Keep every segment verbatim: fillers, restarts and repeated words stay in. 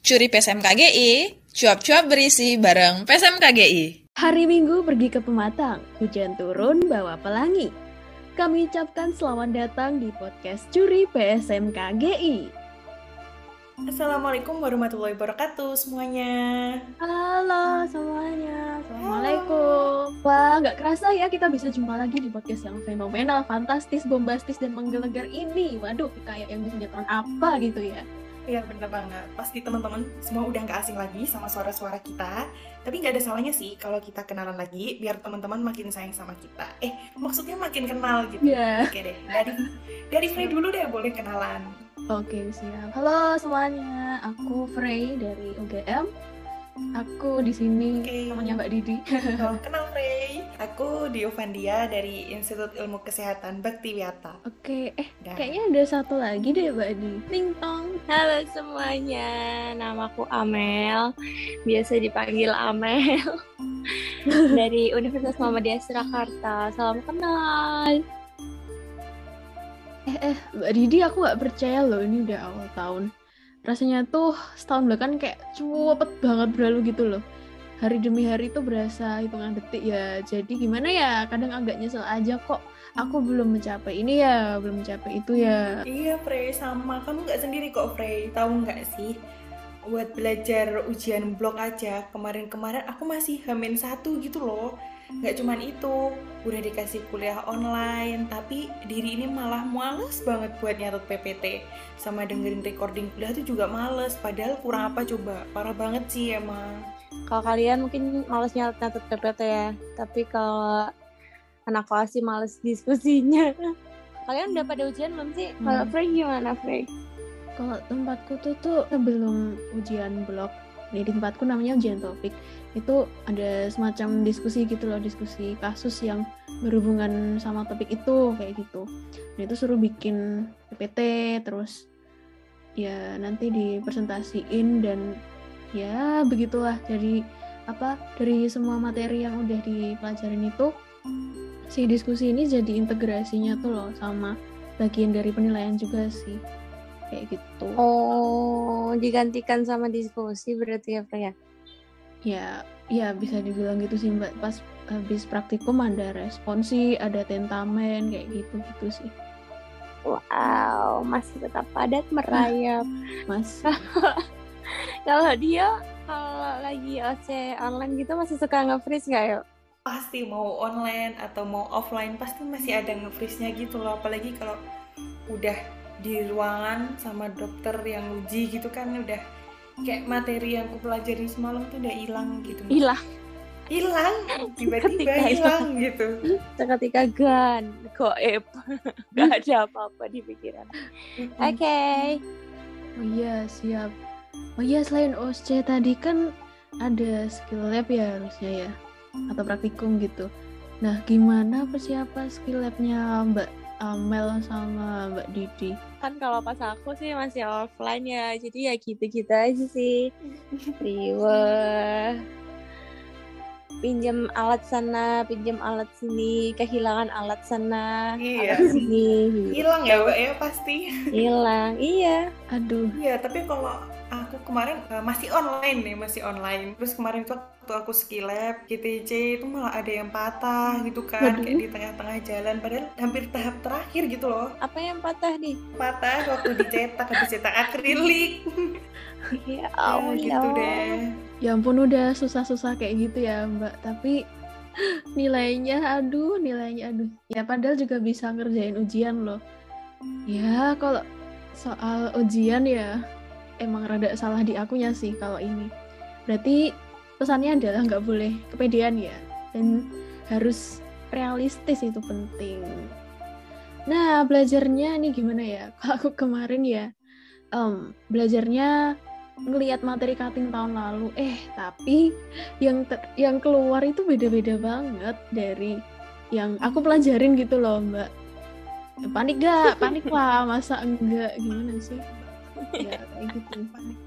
Curi P S M K G I, cuap-cuap berisi bareng P S M K G I. Hari Minggu pergi ke Pematang, hujan turun bawa pelangi. Kami ucapkan selamat datang di podcast Curi P S M K G I. Assalamualaikum warahmatullahi wabarakatuh semuanya. Halo semuanya, Assalamualaikum. Wah, nggak kerasa ya kita bisa jumpa lagi di podcast yang fenomenal, fantastis, bombastis, dan menggelegar ini. Waduh, kayak yang bisa ditonton apa gitu ya. Iya bener banget, pasti teman-teman semua udah gak asing lagi sama suara-suara kita. Tapi gak ada salahnya sih kalau kita kenalan lagi, biar teman-teman makin sayang sama kita. Eh, maksudnya makin kenal gitu. Iya. Oke deh, dari dari Frey dulu deh, boleh kenalan. Oke, siap. Halo semuanya, aku Frey dari U G M. Aku di sini Oke. namanya Mbak Didi. Oh, kenal Frey. Aku Diovandia dari Institut Ilmu Kesehatan Baktiwiyata. Oke, eh Dan kayaknya ada satu lagi deh Mbak Di. Ting tong. Halo semuanya, namaku Amel, biasa dipanggil Amel dari Universitas Muhammadiyah Surakarta. Salam kenal. Eh eh Mbak Didi, aku nggak percaya loh ini udah awal tahun. Rasanya tuh setahun belakangan kayak cepet banget berlalu gitu loh. Hari demi hari tuh berasa hitungan detik ya. Jadi gimana ya, kadang agak nyesel aja kok. Aku belum mencapai ini ya, belum mencapai itu ya. iya Frey, sama. Kamu gak sendiri kok Frey. Tahu gak sih, buat belajar ujian blok aja, kemarin-kemarin aku masih hamin satu gitu loh. Gak cuman itu, udah dikasih kuliah online, tapi diri ini malah males banget buat nyatet P P T. Sama dengerin recording kuliah tuh juga males, padahal kurang apa coba, parah banget sih emang. Kalau kalian mungkin males nyatet P P T ya, tapi kalau anak kelas sih males diskusinya. Kalian udah pada ujian belum sih? Hmm. Kalau Frey gimana Frey? Kalau tempatku tuh tuh sebelum ujian blok, di tempatku namanya ujian topik, itu ada semacam diskusi gitu loh, diskusi kasus yang berhubungan sama topik itu kayak gitu. Nah itu suruh bikin P P T, terus ya nanti dipresentasiin dan ya begitulah. Jadi apa dari semua materi yang udah dipelajarin itu, si diskusi ini jadi integrasinya tuh loh sama bagian dari penilaian juga sih. Kayak gitu. Oh, digantikan sama diskusi berarti ya Frey ya? Ya, ya bisa dibilang gitu sih Mbak. Pas habis praktikum ada responsi, ada tentamen kayak gitu-gitu sih. Wow, masih tetap padat merayap. Mas, Kalau dia kalau lagi O C online gitu masih suka nge-freeze nggak yuk? Pasti mau online atau mau offline, pasti masih ada nge-freeze-nya gitu loh. Apalagi kalau udah di ruangan sama dokter yang uji gitu kan, udah kayak materi yang aku pelajarin semalam tuh udah hilang gitu. Hilang. Hilang, tiba-tiba Ketika hilang gitu. Seketika gan, goib, gak ada apa-apa di pikiran. Oke, okay. oh iya siap. Oh iya, selain O S C tadi kan ada skill lab ya harusnya ya, atau praktikum gitu. Nah, gimana persiapan skill labnya Mbak Amel sama Mbak Didi? Kan kalau pas aku sih masih offline ya, jadi ya gitu-gitu aja sih. Riweh, pinjam alat sana, pinjam alat sini, kehilangan alat sana, Iya. alat sini. Hilang ya Mbak ya pasti. Hilang, iya. Aduh, Iya, tapi kalau aku kemarin uh, masih online nih, masih online. Terus kemarin tuh waktu aku skill lab, G T C itu malah ada yang patah gitu kan, Waduh. kayak di tengah-tengah jalan, padahal hampir tahap terakhir gitu loh. Apa yang patah nih? Patah waktu dicetak, habis cetak akrilik. Ya Ya, Allah. gitu deh. ya ampun udah susah-susah kayak gitu ya Mbak. Tapi nilainya, aduh, nilainya aduh. Ya padahal juga bisa ngerjain ujian loh. Ya kalau soal ujian ya emang rada salah di akunya sih kalau ini. Berarti pesannya adalah nggak boleh kepedean ya, dan harus realistis, itu penting. Nah, belajarnya nih gimana ya? Kalau aku kemarin ya um, belajarnya ngelihat materi cutting tahun lalu, eh tapi yang ter- yang keluar itu beda-beda banget dari yang aku pelajarin gitu loh Mbak. Ya, panik gak? Panik lah, masa enggak, gimana sih? Ya kayak gitu.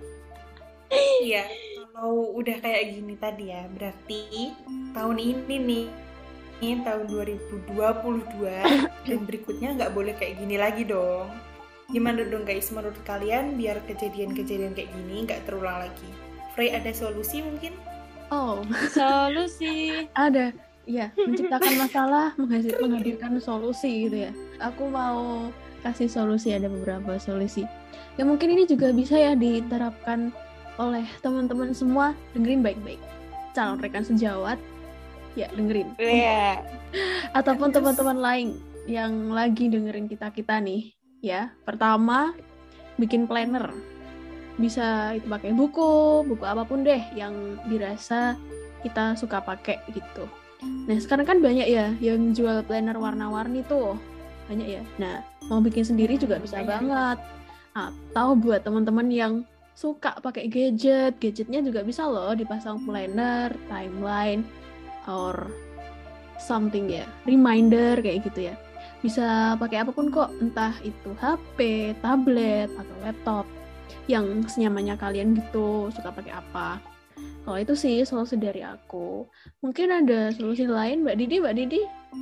Iya, kalau udah kayak gini tadi ya, berarti tahun ini nih, ini tahun dua ribu dua puluh dua dan berikutnya nggak boleh kayak gini lagi dong. Gimana dong guys, menurut kalian biar kejadian-kejadian kayak gini nggak terulang lagi? Frey ada solusi mungkin? Oh, Solusi. ada. Ya, menciptakan masalah, menghasil, menghadirkan solusi gitu ya. Aku mau kasih solusi, ada beberapa solusi. Ya mungkin ini juga bisa ya diterapkan oleh teman-teman semua. Dengerin baik-baik. Calon rekan sejawat, ya dengerin. Iya. Ataupun teman-teman lain yang lagi dengerin kita-kita nih. Ya, pertama bikin planner. Bisa itu pakai buku, buku apapun deh yang dirasa kita suka pakai gitu. Nah, sekarang kan banyak ya yang jual planner warna-warni tuh. Banyak ya. Nah, mau bikin sendiri juga bisa Banyak. banget. Atau buat teman-teman yang suka pakai gadget, gadgetnya juga bisa loh dipasang planner, timeline, or something ya, reminder kayak gitu ya. Bisa pakai apapun kok, entah itu H P, tablet, atau laptop yang senyamannya kalian gitu, suka pakai apa. Kalau itu sih solusi dari aku. Mungkin ada solusi lain, Mbak Didi, Mbak Didi?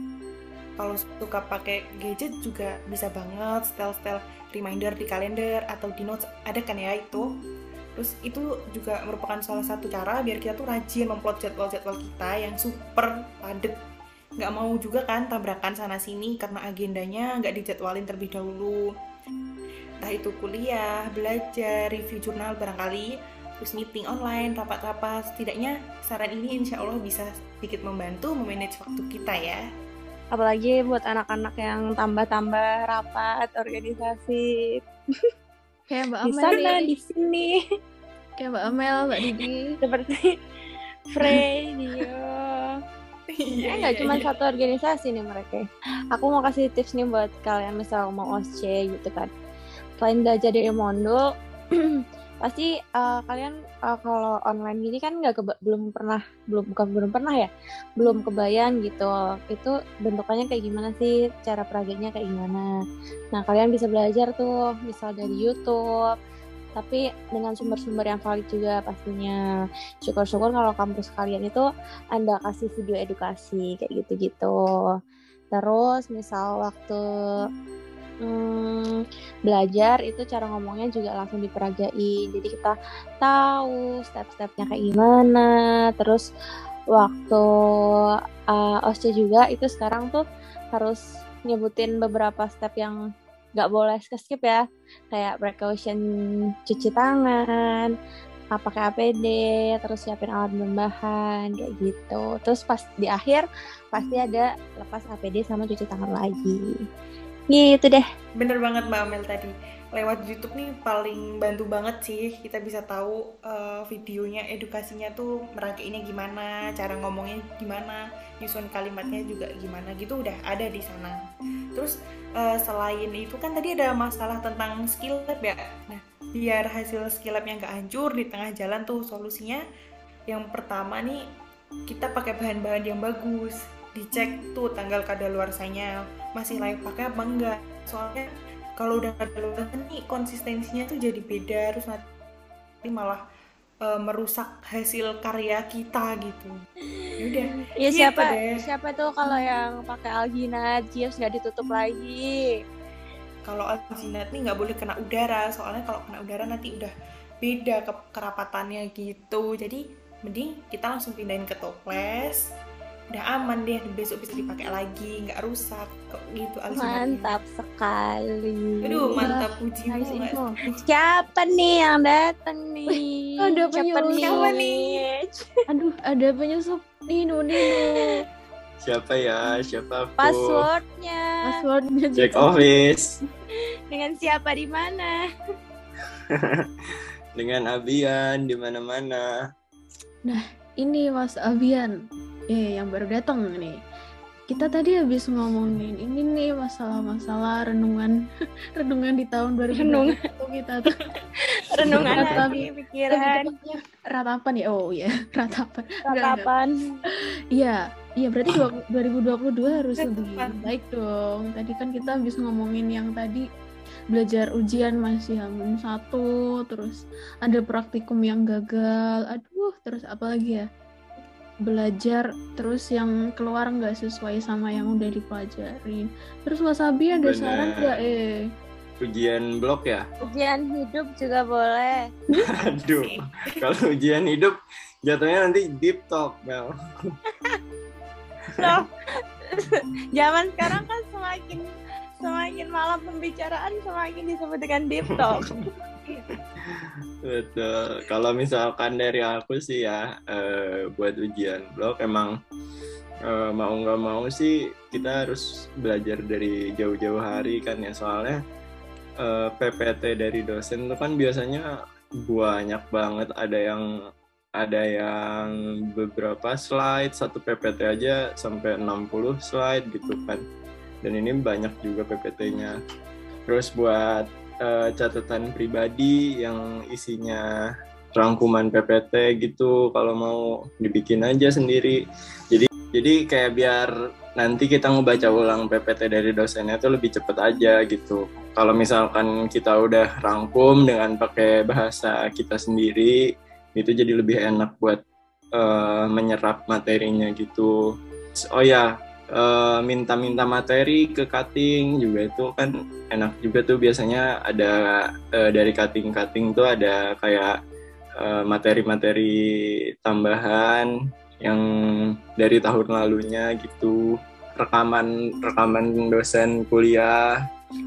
Kalau suka pakai gadget juga bisa banget style-style reminder di kalender atau di notes, ada kan ya itu. Terus itu juga merupakan salah satu cara biar kita tuh rajin memplot jadwal-jadwal kita yang super padat. Nggak mau juga kan tabrakan sana-sini karena agendanya nggak dijadwalin terlebih dahulu. Entah itu kuliah, belajar, review jurnal barangkali, terus meeting online, rapat-rapat. Setidaknya saran ini insya Allah bisa sedikit membantu memanage waktu kita ya. Apalagi buat anak-anak yang tambah-tambah rapat, organisasi. Kayak Mbak Di Amel sana, nih. di sini. Kayak Mbak Amel, Mbak Didi. Seperti Frey, Dio. Iya, Eh, nggak iya, cuma iya. satu organisasi nih mereka. Aku mau kasih tips nih buat kalian misal mau O S C gitu kan. Selain belajar dari Mondo, pasti uh, kalian uh, kalau online gini kan nggak keba- belum pernah belum bukan belum pernah ya belum kebayang gitu itu bentukannya kayak gimana sih, cara peraganya kayak gimana. Nah kalian bisa belajar tuh misal dari YouTube tapi dengan sumber-sumber yang valid juga pastinya. Syukur-syukur kalau kampus kalian itu Anda kasih video edukasi kayak gitu-gitu. Terus misal waktu hmm, belajar itu cara ngomongnya juga langsung diperagain. Jadi kita tahu step-stepnya kayak gimana. Terus waktu uh, O S C juga itu sekarang tuh harus nyebutin beberapa step yang nggak boleh skip ya, kayak precaution cuci tangan, uh, pakai A P D, terus siapin alat tambahan kayak gitu. Terus pas di akhir pasti ada lepas A P D sama cuci tangan lagi. Gitu deh. Bener banget Mbak Amel tadi. Lewat YouTube nih paling bantu banget sih. Kita bisa tahu uh, videonya, edukasinya tuh meragainnya gimana, cara ngomongnya gimana, nyusun kalimatnya juga gimana gitu udah ada di sana. Terus uh, selain itu kan tadi ada masalah tentang skill lab ya. Nah, biar hasil skill labnya nggak hancur di tengah jalan tuh solusinya yang pertama nih kita pakai bahan-bahan yang bagus. Dicek tuh tanggal kadaluarsanya masih layak pakai apa enggak. Soalnya kalau udah kadaluarsa nih konsistensinya tuh jadi beda, terus nanti malah e, merusak hasil karya kita gitu. Yaudah. Ya gitu siapa deh. siapa tuh kalau yang pakai alginat, Gios nggak ditutup lagi. Kalau alginat nih nggak boleh kena udara, soalnya kalau kena udara nanti udah beda ke kerapatannya gitu. Jadi mending kita langsung pindahin ke toples. Udah aman deh, besok bisa dipakai lagi, nggak rusak kok gitu alginatnya. Mantap sekali. Aduh, mantap puji Nice banget. info. Siapa nih yang datang nih? Ada Siapa penyusup. Siapa nih? Aduh, ada penyusup. Nino, Nino. Siapa ya? Siapa aku? Passwordnya Passwordnya Cek juga. office dengan siapa di mana? dengan Abian di mana-mana. Ini Mas Abian. Eh, yang baru datang nih. Kita tadi habis ngomongin ini nih masalah-masalah renungan renungan di tahun dua ribu dua puluh satu kita tuh. Renungan Ratapan. hati, pikiran, Lebih tepatnya ratapan ya. Oh iya, ratapan. Enggak, enggak. tatapan. Iya, iya berarti dua- dua ribu dua puluh dua harus Ratapan. lebih baik dong. Tadi kan kita habis ngomongin yang tadi belajar ujian masih hamin satu, terus ada praktikum yang gagal. Aduh, terus apa lagi ya? Belajar terus yang keluar nggak sesuai sama yang udah dipelajarin. Terus Mas Abi ada Bener. saran nggak eh? ujian blok ya? Ujian hidup juga boleh. Aduh, kalau ujian hidup jatuhnya nanti deep talk, Mel. Loh, zaman sekarang kan semakin semakin malam pembicaraan semakin disebut dengan deep talk. Betul. Kalau misalkan dari aku sih ya, eh, buat ujian blok emang eh, mau nggak mau sih kita harus belajar dari jauh-jauh hari kan ya, soalnya eh, P P T dari dosen itu kan biasanya banyak banget, ada yang ada yang beberapa slide, satu P P T aja sampai enam puluh slide gitu kan. Dan ini banyak juga P P T-nya. Terus buat uh, catatan pribadi yang isinya rangkuman P P T gitu, kalau mau dibikin aja sendiri. Jadi jadi kayak biar nanti kita ngebaca ulang P P T dari dosennya tuh lebih cepet aja gitu. Kalau misalkan kita udah rangkum dengan pakai bahasa kita sendiri, itu jadi lebih enak buat uh, menyerap materinya gitu. Oh ya, uh, minta-minta materi ke cutting juga itu kan enak juga tuh, biasanya ada uh, dari cutting-cutting tuh ada kayak uh, materi-materi tambahan yang dari tahun lalunya gitu, rekaman rekaman dosen kuliah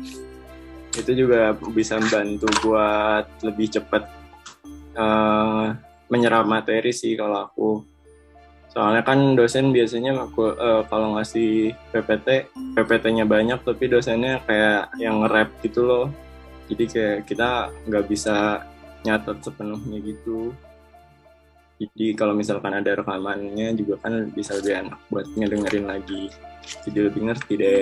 itu juga bisa membantu buat lebih cepat Uh, menyerap materi sih kalau aku. Soalnya kan dosen biasanya aku, uh, kalau ngasih P P T, P P T-nya banyak tapi dosennya kayak yang nge-rap gitu loh. Jadi kayak kita nggak bisa nyatet sepenuhnya gitu. Jadi kalau misalkan ada rekamannya juga kan bisa lebih enak buat ngedengerin lagi. Jadi lebih ngerti deh.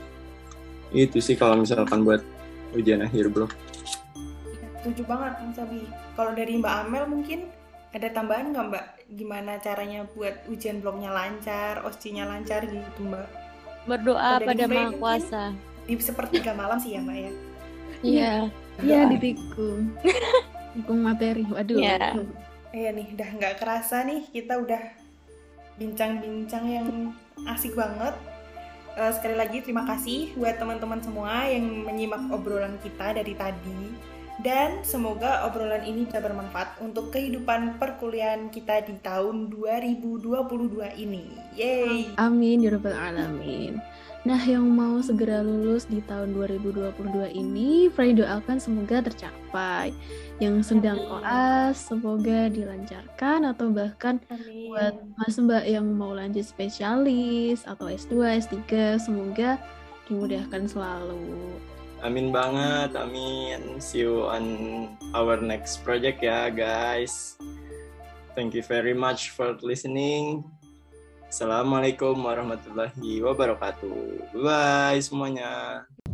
Itu sih kalau misalkan buat ujian akhir bro. Setuju banget Mas Abi. Kalau dari Mbak Amel mungkin ada tambahan nggak Mbak? Gimana caranya buat ujian bloknya lancar, O S C-nya lancar gitu Mbak? Berdoa pada Frey Maha Kuasa. Di sepertiga malam sih ya Mbak ya? Iya. Iya, ditikung. Tikung materi. Waduh. Iya. Iya nih, udah nggak kerasa nih kita udah bincang-bincang yang asik banget. Uh, sekali lagi terima kasih buat teman-teman semua yang menyimak obrolan kita dari tadi. Dan semoga obrolan ini bisa bermanfaat untuk kehidupan perkuliahan kita di tahun dua ribu dua puluh dua ini. Yeay! Amin ya rabbal alamin. Nah, yang mau segera lulus di tahun dua ribu dua puluh dua ini, Frey doakan semoga tercapai. Yang sedang koas, semoga dilancarkan, atau bahkan Amin. buat Mas Mbak yang mau lanjut spesialis atau S dua, S tiga, semoga dimudahkan selalu. Amin banget, amin. See you on our next project ya guys. Thank you very much for listening. Assalamualaikum warahmatullahi wabarakatuh. Bye semuanya.